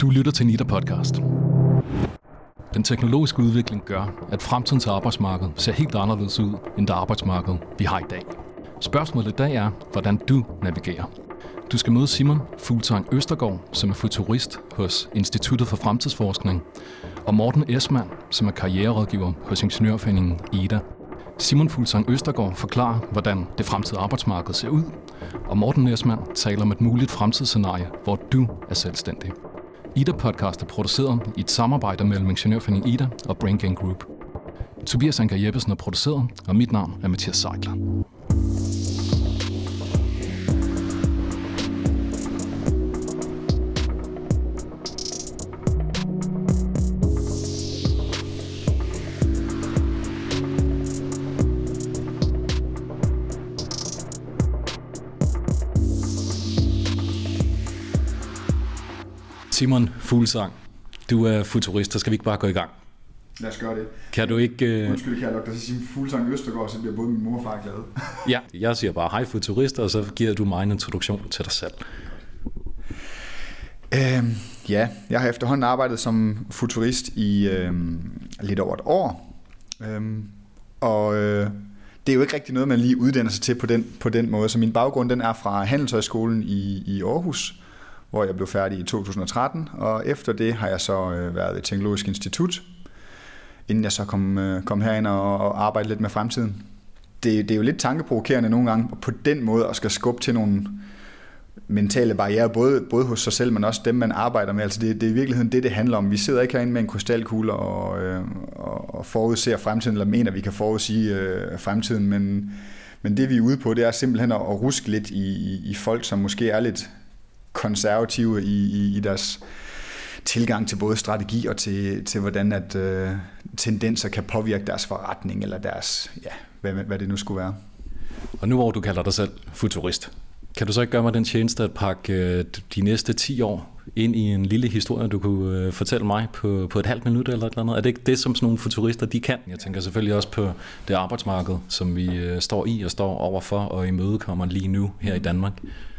Du lytter til Nita Podcast. Den teknologiske udvikling gør, at fremtidens arbejdsmarked ser helt anderledes ud end det arbejdsmarked, vi har i dag. Spørgsmålet i dag er, hvordan du navigerer. Du skal møde Simon Fuglsang Østergaard, som er futurist hos Instituttet for Fremtidsforskning, og Morten Esmann, som er karriererådgiver hos Ingeniørforeningen IDA. Simon Fuglsang Østergaard forklarer, hvordan det fremtidige arbejdsmarked ser ud, og Morten Esmann taler om et muligt fremtidsscenarie, hvor du er selvstændig. IDA-podcast er produceret i et samarbejde mellem Ingeniørforeningen IDA og BrainGain Group. Tobias Anker Jeppesen er produceret, og mit navn er Mathias Seidler. Simon Fuglsang, du er futurist, så skal vi ikke bare gå i gang? Lad os gøre det. Kan du ikke... Undskyld, kan jeg nok sige Simon Fuglsang Østergaard, så bliver både min mor og far glade. Ja, jeg siger bare hej futurist, og så giver du mig en introduktion til dig selv. Ja, jeg har efterhånden arbejdet som futurist i lidt over et år. Det er jo ikke rigtig noget, man lige uddanner sig til på den måde. Så min baggrund den er fra Handelshøjskolen i Aarhus, hvor jeg blev færdig i 2013, og efter det har jeg så været ved Teknologisk Institut, inden jeg så kom herind og arbejdede lidt med fremtiden. Det er jo lidt tankeprovokerende nogle gange på den måde at skal skubbe til nogle mentale barrierer, både hos sig selv, men også dem, man arbejder med. Altså det er i virkeligheden det handler om. Vi sidder ikke herinde med en krystalkugle og forudser fremtiden, eller mener, vi kan forudsige fremtiden, men det vi er ude på, det er simpelthen at ruske lidt i folk, som måske er lidt konservative i deres tilgang til både strategi og til hvordan at tendenser kan påvirke deres forretning eller deres, hvad det nu skulle være. Og nu hvor du kalder dig selv futurist, kan du så ikke gøre mig den tjeneste at pakke de næste 10 år ind i en lille historie, du kunne fortælle mig på et halvt minut eller et eller andet? Er det ikke det, som sådan nogle futurister de kan? Jeg tænker selvfølgelig også på det arbejdsmarked, som vi står i og står overfor og imødekommer lige nu her i Danmark.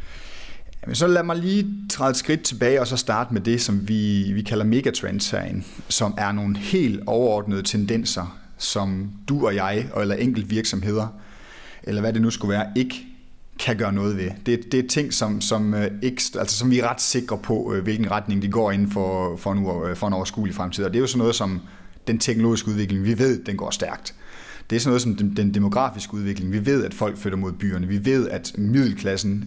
Jamen, så lad mig lige træde et skridt tilbage og så starte med det, som vi kalder megatrends herinde, som er nogle helt overordnede tendenser, som du og jeg, eller enkelt virksomheder, eller hvad det nu skulle være, ikke kan gøre noget ved. Det er ting, som vi er ret sikre på, hvilken retning de går inden for en overskuelig fremtid. Og det er jo sådan noget som den teknologiske udvikling. Vi ved, den går stærkt. Det er sådan noget som den demografiske udvikling. Vi ved, at folk flytter mod byerne. Vi ved, at middelklassen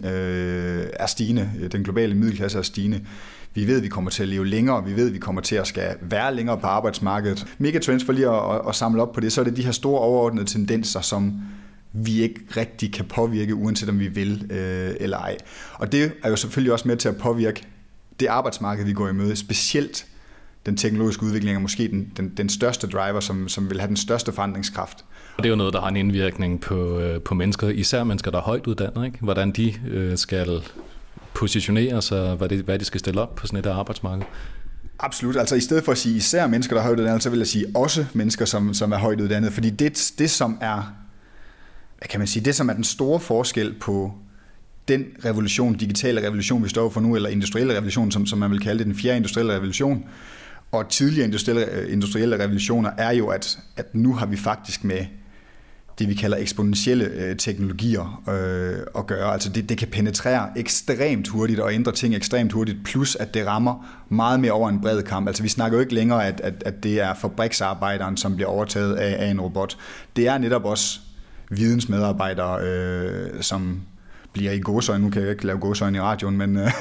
er stigende. Den globale middelklasse er stigende. Vi ved, at vi kommer til at leve længere. Vi ved, at vi kommer til at skal være længere på arbejdsmarkedet. Megatrends, for lige at samle op på det, så er det de her store overordnede tendenser, som vi ikke rigtig kan påvirke, uanset om vi vil eller ej. Og det er jo selvfølgelig også med til at påvirke det arbejdsmarked, vi går i møde, specielt den teknologiske udvikling er måske den største driver, som vil have den største forandringskraft. Og det er jo noget, der har en indvirkning på mennesker, især mennesker, der er højt uddannet, ikke? Hvordan de skal positionere sig, hvad de skal stille op på sådan et arbejdsmarked. Absolut. Altså i stedet for at sige især mennesker, der er højt uddannet, så vil jeg sige også mennesker, som er højt uddannet. Fordi det som er, hvad kan man sige, det som er den store forskel på den digitale revolution, vi står for nu, eller industrielle revolution, som man vil kalde det, den fjerde industrielle revolution, og tidligere industrielle revolutioner, er jo, at nu har vi faktisk med det, vi kalder eksponentielle teknologier at gøre. Altså det kan penetrere ekstremt hurtigt og ændre ting ekstremt hurtigt, plus at det rammer meget mere over en bred kamp. Altså vi snakker jo ikke længere, at det er fabriksarbejderen, som bliver overtaget af en robot. Det er netop også vidensmedarbejdere, som bliver i gåseøjne, nu kan jeg ikke lave gåseøjne i radioen,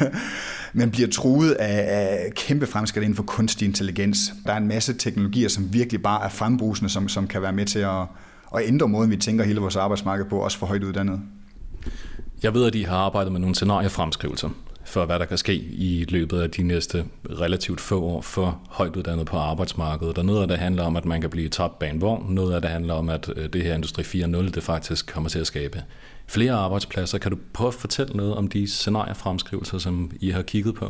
men bliver truet af kæmpe fremskridt inden for kunstig intelligens. Der er en masse teknologier, som virkelig bare er frembrusende, som kan være med til at ændre måden, vi tænker hele vores arbejdsmarked på, også for højt uddannede. Jeg ved, at de har arbejdet med nogle scenariefremskrivelser for, hvad der kan ske i løbet af de næste relativt få år for højt uddannet på arbejdsmarkedet. Og noget af det handler om, at man kan blive tabt bag en vogn. Noget af det handler om, at det her Industri 4.0, det faktisk kommer til at skabe flere arbejdspladser. Kan du prøve at fortælle noget om de scenariefremskrivelser, som I har kigget på?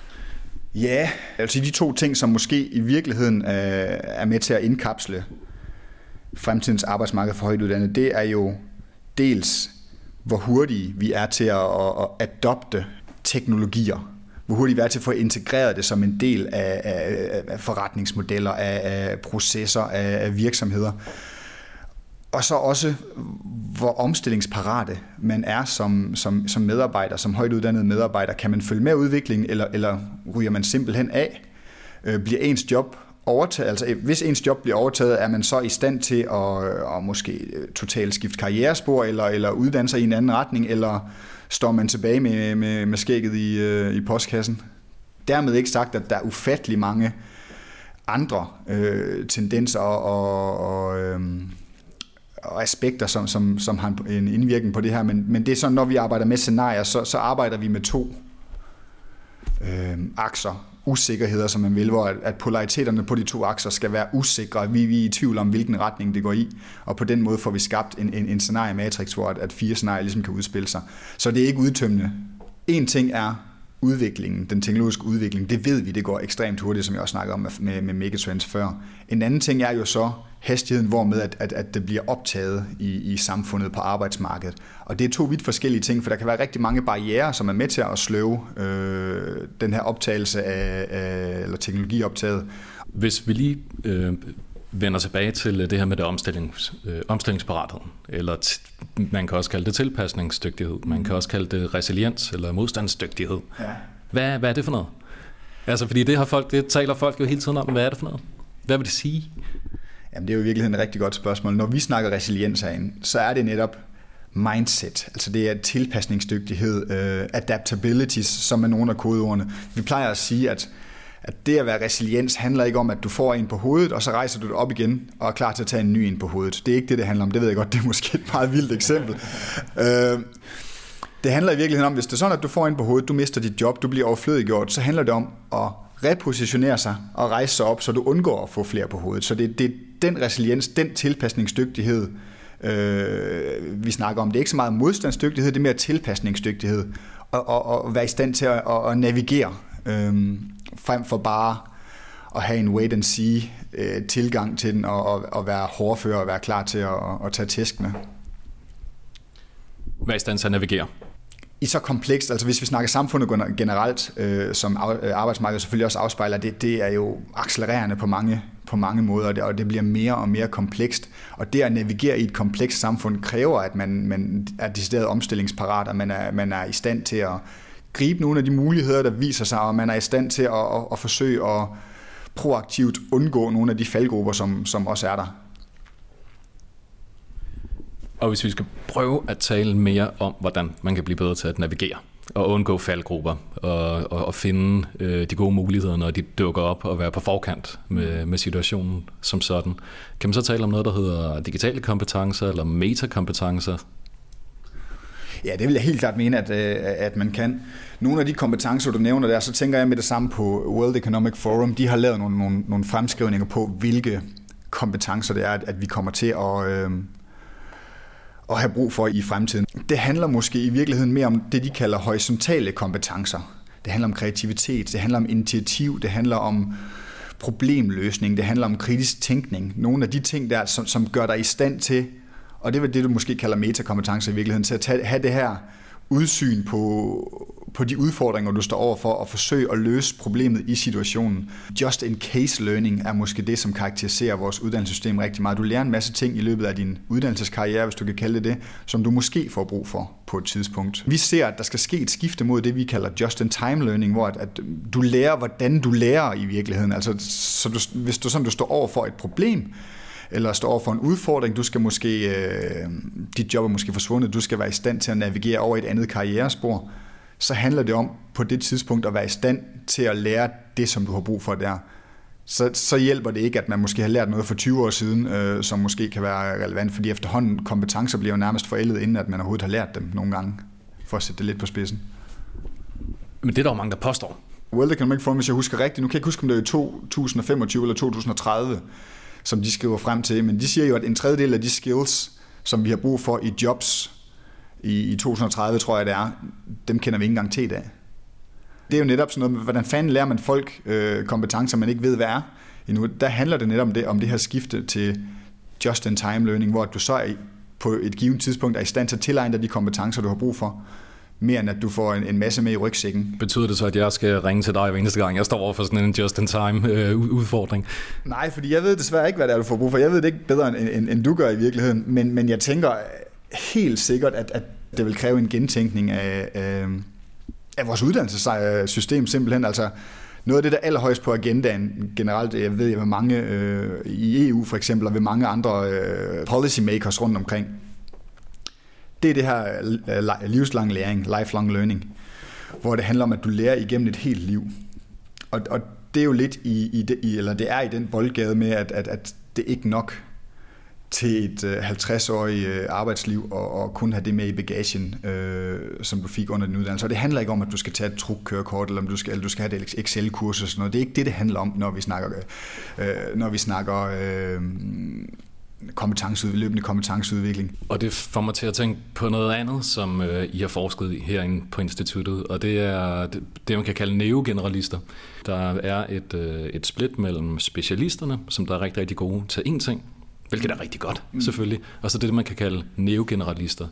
Ja, altså de to ting, som måske i virkeligheden er med til at indkapsle fremtidens arbejdsmarked for højt uddannet, det er jo dels, hvor hurtige vi er til at adopte teknologier. hvor hurtigt vi er til at få integreret det som en del af forretningsmodeller, af processer, af virksomheder. Og så også, hvor omstillingsparate man er som medarbejder, som højt uddannet medarbejder. Kan man følge med udviklingen, eller ryger man simpelthen af? Bliver ens job overtaget? Altså, hvis ens job bliver overtaget, er man så i stand til at måske totalt skifte karrierespor, eller uddanne sig i en anden retning, eller står man tilbage med skægget i postkassen? Dermed ikke sagt, at der er ufattelig mange andre tendenser og aspekter, som har en indvirkning på det her, men det er sådan, når vi arbejder med scenarier, så arbejder vi med 2 akser, usikkerheder, som man vil, hvor at polariteterne på de 2 akser skal være usikre. Vi er i tvivl om, hvilken retning det går i, og på den måde får vi skabt en scenariematrix, hvor at 4 scenarier ligesom kan udspille sig. Så det er ikke udtømmende. En ting er udviklingen, den teknologiske udvikling, det ved vi, det går ekstremt hurtigt, som jeg også snakkede om med megatrends før. En anden ting er jo så hastigheden, hvormed at det bliver optaget i samfundet på arbejdsmarkedet. Og det er 2 vidt forskellige ting, for der kan være rigtig mange barrierer, som er med til at sløve den her optagelse eller teknologioptaget. Hvis vi lige vender tilbage til det her med det omstillingsparathed, eller man kan også kalde det tilpasningsdygtighed, man kan også kalde det resiliens eller modstandsdygtighed. Ja. Hvad er det for noget? Altså, fordi det taler folk jo hele tiden om, hvad er det for noget? Hvad vil det sige? Jamen, det er jo i virkeligheden et rigtig godt spørgsmål. Når vi snakker resiliens herinde, så er det netop mindset, altså det er tilpasningsdygtighed, adaptabilities, som er nogle af kodeordene. Vi plejer at sige, at det at være resiliens handler ikke om, at du får en på hovedet, og så rejser du det op igen, og er klar til at tage en ny en på hovedet. Det er ikke det handler om. Det ved jeg godt, det er måske et meget vildt eksempel. Det handler i virkeligheden om, hvis det er sådan, at du får en på hovedet, du mister dit job, du bliver overflødiggjort, så handler det om at repositionere sig og rejse sig op, så du undgår at få flere på hovedet. Så det er den resiliens, den tilpasningsdygtighed, vi snakker om. Det er ikke så meget modstandsdygtighed, det er mere tilpasningsdygtighed, og være i stand til at navigere, frem for bare at have en wait-and-see tilgang til den, og være hårdfør og være klar til at tage tæskene. Hvad er i stand til at navigere? I så komplekst, altså hvis vi snakker samfundet generelt, som arbejdsmarkedet selvfølgelig også afspejler, det er jo accelererende på mange måder, og det bliver mere og mere komplekst. Og det at navigere i et komplekst samfund kræver, at man er decideret omstillingsparat, og man er i stand til at gribe nogle af de muligheder, der viser sig, og man er i stand til at forsøge at proaktivt undgå nogle af de faldgrupper, som også er der. Og hvis vi prøve at tale mere om, hvordan man kan blive bedre til at navigere og undgå faldgrupper og finde de gode muligheder, når de dukker op, og være på forkant med situationen som sådan. Kan man så tale om noget, der hedder digitale kompetencer eller metakompetencer? Ja, det vil jeg helt klart mene, at man kan. Nogle af de kompetencer, du nævner der, så tænker jeg med det samme på World Economic Forum. De har lavet nogle fremskrivninger på, hvilke kompetencer det er, at vi kommer til at have brug for i fremtiden. Det handler måske i virkeligheden mere om det, de kalder horisontale kompetencer. Det handler om kreativitet, det handler om initiativ, det handler om problemløsning, det handler om kritisk tænkning. Nogle af de ting der, som gør dig i stand til, og det er det, du måske kalder metakompetencer i virkeligheden, til at have det her udsyn på de udfordringer, du står overfor, og forsøge at løse problemet i situationen. Just in case learning er måske det, som karakteriserer vores uddannelsessystem rigtig meget. Du lærer en masse ting i løbet af din uddannelseskarriere, hvis du kan kalde det, som du måske får brug for på et tidspunkt. Vi ser, at der skal ske et skifte mod det, vi kalder just in time learning, hvor at du lærer, hvordan du lærer i virkeligheden. Altså, hvis du står over for et problem, eller står over for en udfordring, du skal måske, dit job er måske forsvundet, du skal være i stand til at navigere over et andet karrierespor, så handler det om på det tidspunkt at være i stand til at lære det, som du har brug for der. Så hjælper det ikke, at man måske har lært noget for 20 år siden, som måske kan være relevant, fordi efterhånden kompetencer bliver jo nærmest forældet, inden at man overhovedet har lært dem nogle gange, for at sætte det lidt på spidsen. Men det er der jo mange, der påstår. World Economic Forum, hvis jeg husker rigtigt, nu kan jeg ikke huske, om det er i 2025 eller 2030, som de skriver frem til, men de siger jo, at en tredjedel af de skills, som vi har brug for i jobs i 2030, tror jeg det er, dem kender vi ikke engang til i dag. Det er jo netop sådan noget med, hvordan fanden lærer man folk kompetencer, man ikke ved, hvad er endnu. Der handler det netop om det her skifte til just-in-time learning, hvor du så på et givet tidspunkt er i stand til at tilegne dig de kompetencer, du har brug for mere end at du får en masse med i rygsækken. Betyder det så, at jeg skal ringe til dig hver eneste gang, jeg står over for sådan en just-in-time udfordring? Nej, fordi jeg ved desværre ikke, hvad det er, du får brug for. Jeg ved det ikke bedre, end du gør i virkeligheden. Men jeg tænker helt sikkert, at det vil kræve en gentænkning af vores uddannelsessystem simpelthen. Altså noget af det, der er allerhøjst på agendaen generelt, jeg ved, ved mange i EU for eksempel, og ved mange andre policymakers rundt omkring, det er det her livslang læring, lifelong learning, hvor det handler om, at du lærer igennem et helt liv. Og det er jo lidt det er i den boldgade med, at det ikke nok til et 50-årigt arbejdsliv og kun have det med i bagagen, som du fik under din uddannelse. Og det handler ikke om, at du skal tage et trukkørekort, eller om du skal have et Excel-kurs og sådan noget. Det er ikke det handler om, når vi snakker løbende kompetenceudvikling. Og det får mig til at tænke på noget andet, som I har forsket i herinde på instituttet, og det er det, man kan kalde neogeneralister. Der er et split mellem specialisterne, som der er rigtig, rigtig gode til én ting, hvilket er rigtig godt, selvfølgelig, og så det, man kan kalde neogeneralister.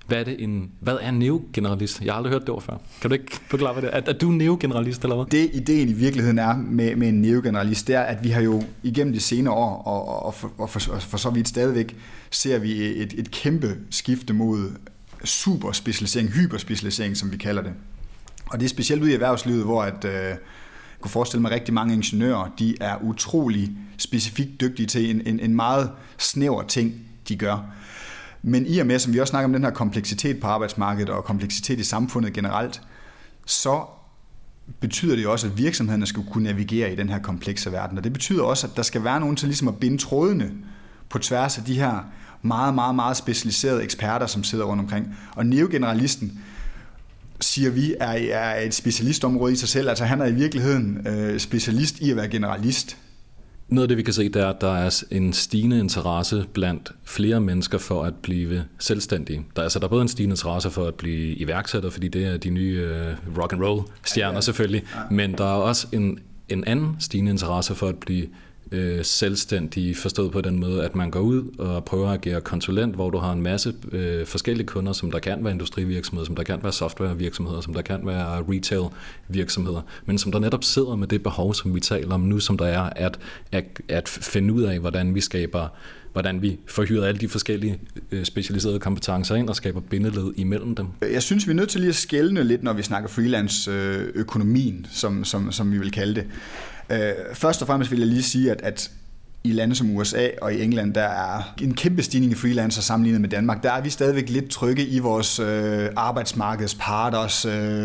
Hvad er en neogeneralist? Jeg har aldrig hørt det ord før. Kan du ikke forklare, hvad det er? Er du neogeneralist, eller hvad? Det ideen i virkeligheden er med en neogeneralist, det er, at vi har jo igennem de senere år, og for så vidt stadigvæk, ser vi et kæmpe skifte mod superspecialisering, hyperspecialisering, som vi kalder det. Og det er specielt ude i erhvervslivet, hvor jeg kunne forestille mig rigtig mange ingeniører, de er utrolig specifikt dygtige til en meget snæver ting, de gør. Men i og med, som vi også snakker om den her kompleksitet på arbejdsmarkedet og kompleksitet i samfundet generelt, så betyder det jo også, at virksomhederne skal kunne navigere i den her komplekse verden. Og det betyder også, at der skal være nogen til ligesom at binde trådene på tværs af de her meget, meget, meget specialiserede eksperter, som sidder rundt omkring. Og neogeneralisten, siger vi, er et specialistområde i sig selv. Altså han er i virkeligheden specialist i at være generalist. Noget af det, vi kan se, det er, at der er en stigende interesse blandt flere mennesker for at blive selvstændige. Der er både en stigende interesse for at blive iværksætter, fordi det er de nye rock and roll stjerner selvfølgelig, men der er også en anden stigende interesse for at blive selvstændig, forstået på den måde, at man går ud og prøver at agere konsulent, hvor du har en masse forskellige kunder, som der kan være industrivirksomheder, som der kan være softwarevirksomheder, som der kan være retail-virksomheder, men som der netop sidder med det behov, som vi taler om nu, som der er at finde ud af, hvordan vi får hyret alle de forskellige specialiserede kompetencer ind og skaber bindeled imellem dem. Jeg synes, vi er nødt til lige at skelne lidt, når vi snakker freelance-økonomien, som vi vil kalde det. Først og fremmest vil jeg lige sige, at i lande som USA og i England, der er en kæmpe stigning i freelancer sammenlignet med Danmark. Der er vi stadigvæk lidt trygge i vores arbejdsmarkedsparters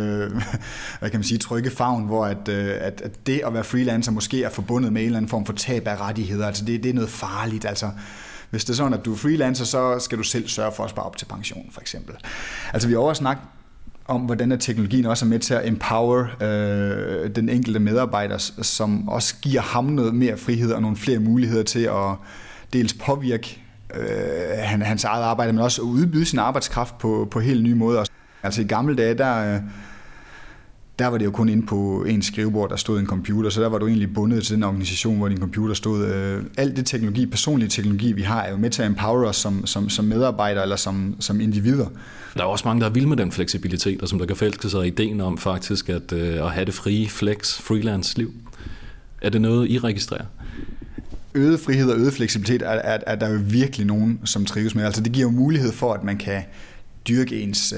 trygge favn, hvor at det at være freelancer måske er forbundet med en eller anden form for tab af rettigheder. Altså det er noget farligt. Altså hvis det er sådan, at du er freelancer, så skal du selv sørge for at spare op til pension, for eksempel. Altså vi oversnakker om, hvordan teknologien også er med til at empower den enkelte medarbejder, som også giver ham noget mere frihed og nogle flere muligheder til at dels påvirke hans eget arbejde, men også at udbyde sin arbejdskraft på helt nye måder. Altså i gamle dage, der var det jo kun inde på en skrivebord, der stod en computer, så der var du egentlig bundet til den organisation, hvor din computer stod. Alt det teknologi, personlige teknologi, vi har, er jo med til at empower os som medarbejdere eller som individer. Der er også mange, der er vilde med den fleksibilitet, og som der kan forelske sig ideen om faktisk at have det frie freelance-liv. Er det noget, I registrerer? Øget frihed og øget fleksibilitet er der jo virkelig nogen, som trives med. Altså det giver jo mulighed for, at man kan dyrke ens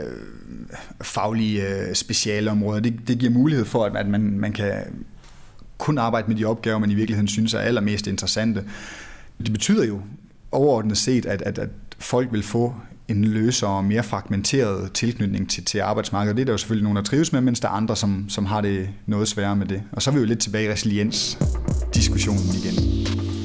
faglige specialområder. Det giver mulighed for, at man kan kun arbejde med de opgaver, man i virkeligheden synes er allermest interessante. Det betyder jo overordnet set, at folk vil få en løsere og mere fragmenteret tilknytning til arbejdsmarkedet. Det er der jo selvfølgelig nogen, der trives med, mens der er andre, som har det noget sværere med det. Og så er vi jo lidt tilbage i resiliens-diskussionen igen.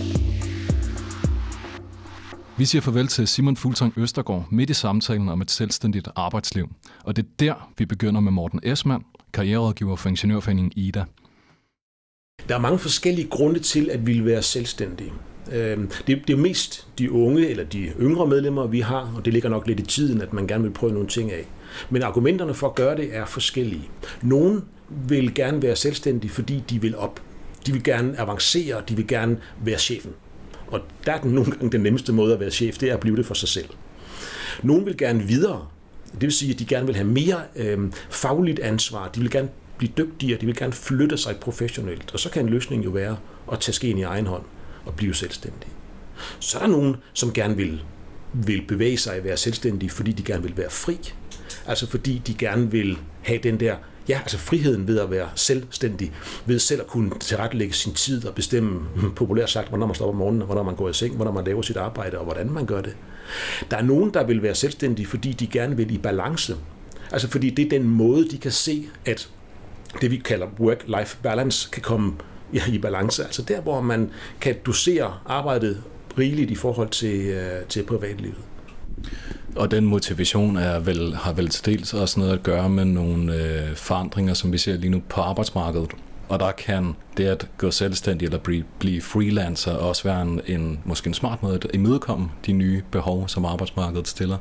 Vi siger farvel til Simon Fuglsang Østergaard midt i samtalen om et selvstændigt arbejdsliv. Og det er der, vi begynder med Morten Esmann, karriererådgiver for Ingeniørforeningen IDA. Der er mange forskellige grunde til, at vi vil være selvstændige. Det er mest de unge eller de yngre medlemmer, vi har, og det ligger nok lidt i tiden, at man gerne vil prøve nogle ting af. Men argumenterne for at gøre det er forskellige. Nogle vil gerne være selvstændige, fordi de vil op. De vil gerne avancere, de vil gerne være chefen. Og der er nogle gange den nemmeste måde at være chef, det er at blive det for sig selv. Nogle vil gerne videre Det vil sige, at de gerne vil have mere fagligt ansvar, de vil gerne blive dygtigere, de vil gerne flytte sig professionelt, og så kan en løsning jo være at tage skeen i egen hånd og blive selvstændig. Så er der nogen, som gerne vil bevæge sig og være selvstændige, fordi de gerne vil være fri. Altså fordi de gerne vil have den der, friheden ved at være selvstændig, ved selv at kunne tilrettelægge sin tid og bestemme, populært sagt, hvornår man står op om morgenen, hvornår man går i seng, hvornår man laver sit arbejde og hvordan man gør det. Der er nogen, der vil være selvstændige, fordi de gerne vil i balance. Altså fordi det er den måde, de kan se, at det vi kalder work-life balance kan komme i balance. Altså der, hvor man kan dosere arbejdet rigeligt i forhold til privatlivet. Og den motivation har vel til dels også noget at gøre med nogle forandringer, som vi ser lige nu på arbejdsmarkedet. Og der kan det at gå selvstændig eller blive freelancer også være måske en smart måde at imødekomme de nye behov, som arbejdsmarkedet stiller.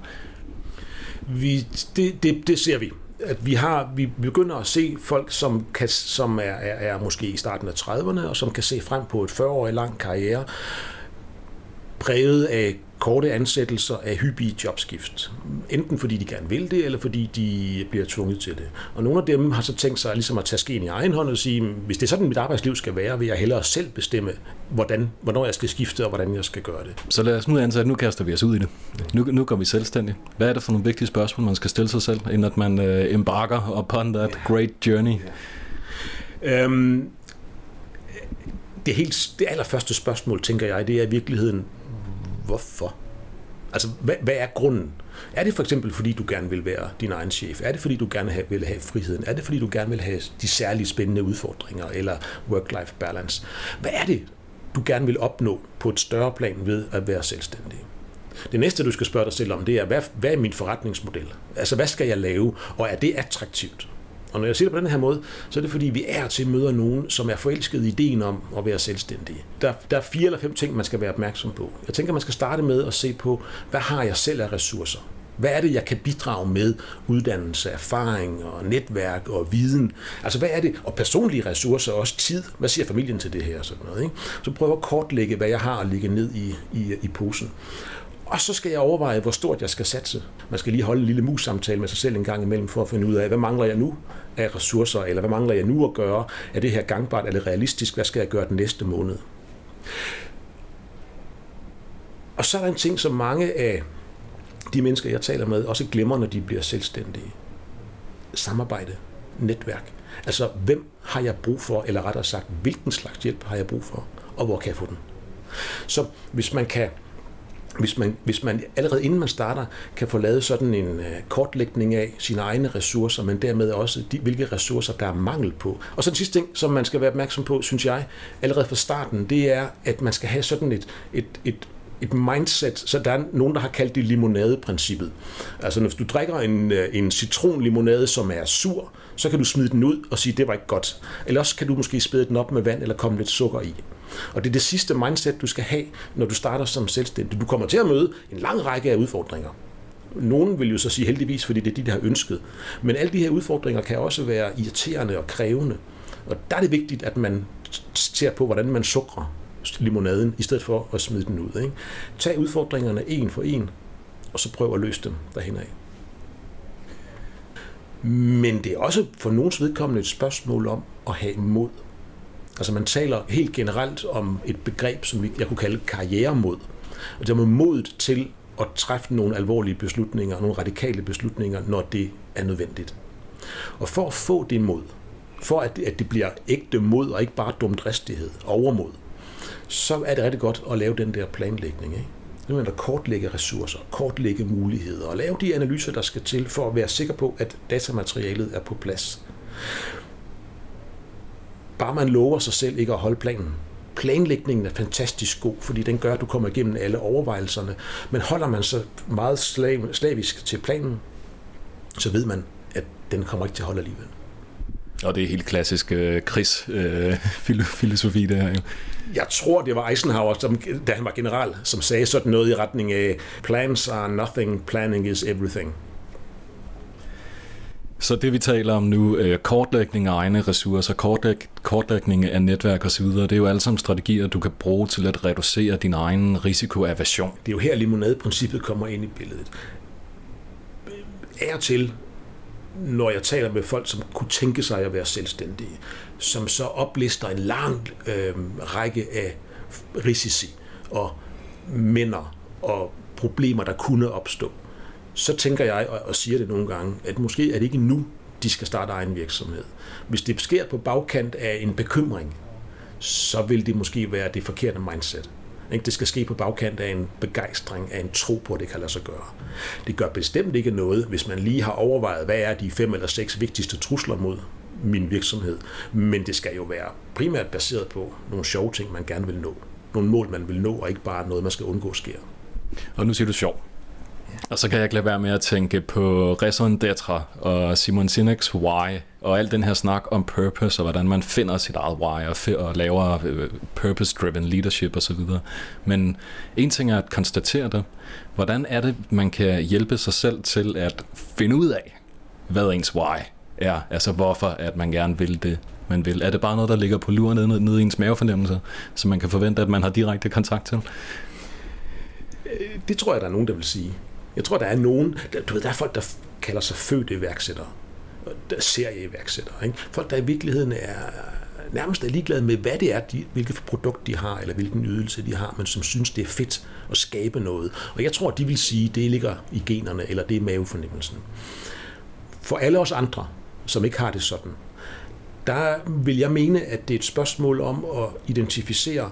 Det ser vi. At vi begynder at se folk, som er måske i starten af 30'erne, og som kan se frem på et 40-årig lang karriere, præget af korte ansættelser, af hyppige jobskift. Enten fordi de gerne vil det, eller fordi de bliver tvunget til det. Og nogle af dem har så tænkt sig ligesom at tage skeen i egen hånd og sige, hvis det er sådan, mit arbejdsliv skal være, vil jeg hellere selv bestemme, hvornår jeg skal skifte, og hvordan jeg skal gøre det. Så lad os nu antage, at nu kaster vi os ud i det. Nu går vi selvstændige. Hvad er det for nogle vigtige spørgsmål, man skal stille sig selv, inden at man embarker upon that great journey? Det allerførste spørgsmål, tænker jeg, det er i virkeligheden, hvorfor? Altså, hvad er grunden? Er det for eksempel, fordi du gerne vil være din egen chef? Er det, fordi du gerne vil have friheden? Er det, fordi du gerne vil have de særligt spændende udfordringer eller work-life balance? Hvad er det, du gerne vil opnå på et større plan ved at være selvstændig? Det næste, du skal spørge dig selv om, det er, hvad er min forretningsmodel? Altså, hvad skal jeg lave? Og er det attraktivt? Og når jeg siger det på den her måde, så er det fordi, vi møder nogen, som er forelsket i ideen om at være selvstændige. Der er 4 eller 5 ting, man skal være opmærksom på. Jeg tænker, man skal starte med at se på, hvad har jeg selv af ressourcer? Hvad er det, jeg kan bidrage med? Uddannelse, erfaring og netværk og viden. Altså, hvad er det? Og personlige ressourcer, også tid. Hvad siger familien til det her? Sådan noget, ikke? Så prøv at kortlægge, hvad jeg har at lægge ned i posen. Og så skal jeg overveje, hvor stort jeg skal satse. Man skal lige holde en lille mus-samtale med sig selv en gang imellem, for at finde ud af, hvad mangler jeg nu af ressourcer, eller hvad mangler jeg nu at gøre? Er det her gangbart, eller realistisk? Hvad skal jeg gøre den næste måned? Og så er der en ting, som mange af de mennesker, jeg taler med, også glemmer, når de bliver selvstændige. Samarbejde, netværk. Altså, hvem har jeg brug for, eller rettere sagt, hvilken slags hjælp har jeg brug for, og hvor kan jeg få den? Så hvis man allerede inden man starter, kan få lavet sådan en kortlægning af sine egne ressourcer, men dermed også hvilke ressourcer, der er mangel på. Og så den sidste ting, som man skal være opmærksom på, synes jeg, allerede fra starten, det er, at man skal have sådan et mindset, så der er nogen, der har kaldt det limonadeprincippet. Altså, når du drikker en citronlimonade, som er sur, så kan du smide den ud og sige, det var ikke godt. Eller også kan du måske spæde den op med vand eller komme lidt sukker i. Og det er det sidste mindset, du skal have, når du starter som selvstændig. Du kommer til at møde en lang række af udfordringer. Nogen vil jo så sige heldigvis, fordi det er de, der har ønsket. Men alle de her udfordringer kan også være irriterende og krævende. Og der er det vigtigt, at man ser på, hvordan man sukrer limonaden, i stedet for at smide den ud. Ikke? Tag udfordringerne en for en, og så prøv at løse dem derhen af. Men det er også for nogens vedkommende et spørgsmål om at have mod. Altså man taler helt generelt om et begreb, som jeg kunne kalde karrieremod. Og det er modet til at træffe nogle alvorlige beslutninger, nogle radikale beslutninger, når det er nødvendigt. Og for at få det mod, for at det bliver ægte mod og ikke bare dumdristighed, overmod, så er det rigtig godt at lave den der planlægning. Ikke? Det er at kortlægge ressourcer, kortlægge muligheder og lave de analyser, der skal til for at være sikker på, at datamaterialet er på plads. Bare man lover sig selv ikke at holde planen. Planlægningen er fantastisk god, fordi den gør, at du kommer igennem alle overvejelserne. Men holder man så meget slavisk til planen, så ved man, at den kommer ikke til at holde alligevel. Og det er helt klassisk krigsfilosofi, det her jo. Jeg tror, det var Eisenhower, da han var general, som sagde sådan noget i retning af plans are nothing, planning is everything. Så det vi taler om nu, kortlægning af egne ressourcer, kortlægning af netværk osv., det er jo alle sammen strategier, du kan bruge til at reducere din egen risikoaversion. Det er jo her limonadeprincippet kommer ind i billedet. af og til, når jeg taler med folk, som kunne tænke sig at være selvstændige, som så oplister en lang række af risici og minder og problemer, der kunne opstå, så tænker jeg, og siger det nogle gange, at måske er det ikke nu, de skal starte egen virksomhed. Hvis det sker på bagkant af en bekymring, så vil det måske være det forkerte mindset. Det skal ske på bagkant af en begejstring, af en tro på, at det kan lade sig gøre. Det gør bestemt ikke noget, hvis man lige har overvejet, hvad er de 5 eller 6 vigtigste trusler mod min virksomhed. Men det skal jo være primært baseret på nogle sjove ting, man gerne vil nå. Nogle mål, man vil nå, og ikke bare noget, man skal undgå sker. Og nu siger du sjov. Og så kan jeg ikke lade være med at tænke på raison d'être og Simon Sinek's why, og al den her snak om purpose, og hvordan man finder sit eget why, og laver purpose-driven leadership osv. Men en ting er at konstatere det. Hvordan er det, man kan hjælpe sig selv til at finde ud af, hvad ens why er? Altså hvorfor at man gerne vil det, man vil. Er det bare noget, der ligger på luren nede i ens mavefornemmelse, så man kan forvente, at man har direkte kontakt til? Det tror jeg, der er nogen, der vil sige. Jeg tror, der er nogen, der er folk, der kalder sig fødte iværksættere, serieiværksættere. Ikke? Folk, der i virkeligheden er nærmest ligeglade med, hvad det er, hvilket produkt de har, eller hvilken ydelse de har, men som synes, det er fedt at skabe noget. Og jeg tror, de vil sige, det ligger i generne, eller det er mavefornemmelsen. For alle os andre, som ikke har det sådan, der vil jeg mene, at det er et spørgsmål om at identificere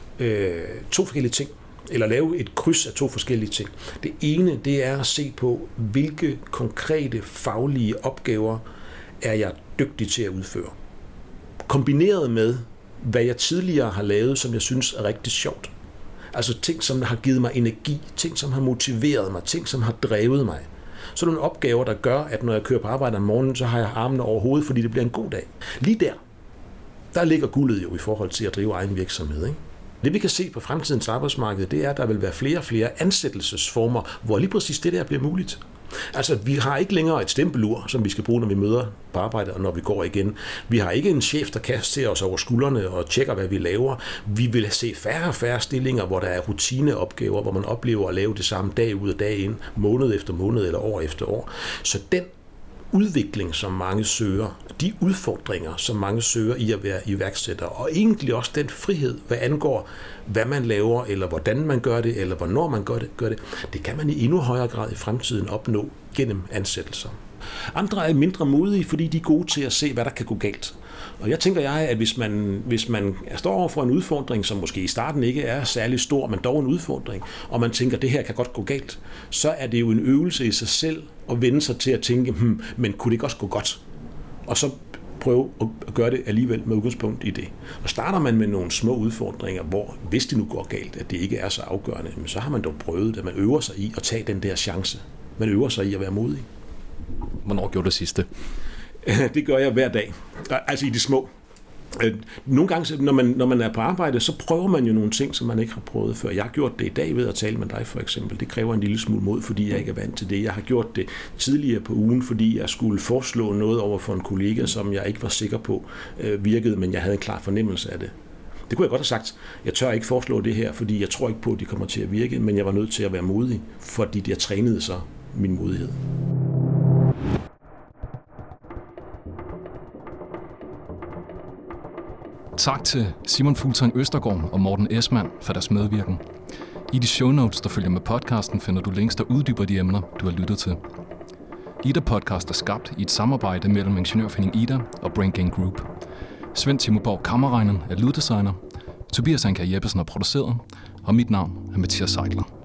2 forskellige ting, eller lave et kryds af 2 forskellige ting. Det ene, det er at se på, hvilke konkrete faglige opgaver er jeg dygtig til at udføre. Kombineret med, hvad jeg tidligere har lavet, som jeg synes er rigtig sjovt. Altså ting, som har givet mig energi, ting, som har motiveret mig, ting, som har drevet mig. Så nogle opgaver, der gør, at når jeg kører på arbejde om morgenen, så har jeg armene over hovedet, fordi det bliver en god dag. Lige der ligger guldet jo i forhold til at drive egen virksomhed, ikke? Det vi kan se på fremtidens arbejdsmarked, det er, at der vil være flere og flere ansættelsesformer, hvor lige præcis det der bliver muligt. Altså, vi har ikke længere et stempelur, som vi skal bruge, når vi møder på arbejde og når vi går igen. Vi har ikke en chef, der kaster os over skuldrene og tjekker, hvad vi laver. Vi vil se færre og færre stillinger, hvor der er rutineopgaver, hvor man oplever at lave det samme dag ud og dag ind, måned efter måned eller år efter år. Så den udvikling, som mange søger, de udfordringer, som mange søger i at være iværksætter, og egentlig også den frihed, hvad angår, hvad man laver, eller hvordan man gør det, eller hvornår man gør det, det kan man i endnu højere grad i fremtiden opnå gennem ansættelser. Andre er mindre modige, fordi de er gode til at se, hvad der kan gå galt. Og jeg tænker, at hvis man står over for en udfordring, som måske i starten ikke er særlig stor, men dog en udfordring, og man tænker, at det her kan godt gå galt, så er det jo en øvelse i sig selv at vende sig til at tænke, men kunne det ikke også gå godt? Og så prøve at gøre det alligevel med udgangspunkt i det. Og starter man med nogle små udfordringer, hvor hvis det nu går galt, at det ikke er så afgørende, men så har man dog prøvet det, man øver sig i at tage den der chance. Man øver sig i at være modig. Hvornår gjorde du det sidste? Det gør jeg hver dag. Altså i de små. Nogle gange, når man er på arbejde, så prøver man jo nogle ting, som man ikke har prøvet før. Jeg har gjort det i dag ved at tale med dig, for eksempel. Det kræver en lille smule mod, fordi jeg ikke er vant til det. Jeg har gjort det tidligere på ugen, fordi jeg skulle foreslå noget over for en kollega, som jeg ikke var sikker på virkede, men jeg havde en klar fornemmelse af det. Det kunne jeg godt have sagt. Jeg tør ikke foreslå det her, fordi jeg tror ikke på, at det kommer til at virke, men jeg var nødt til at være modig, fordi jeg trænede så min modighed. Tak til Simon Fuglsang Østergaard og Morten Esmann for deres medvirken. I de show notes, der følger med podcasten, finder du links, der uddyber de emner, du har lyttet til. Ida Podcast er skabt i et samarbejde mellem Ingeniørforening Ida og Brain Gain Group. Svend Timoborg Kammerreinen er lyddesigner, Tobias Anker Jeppesen er produceret, og mit navn er Mathias Seidler.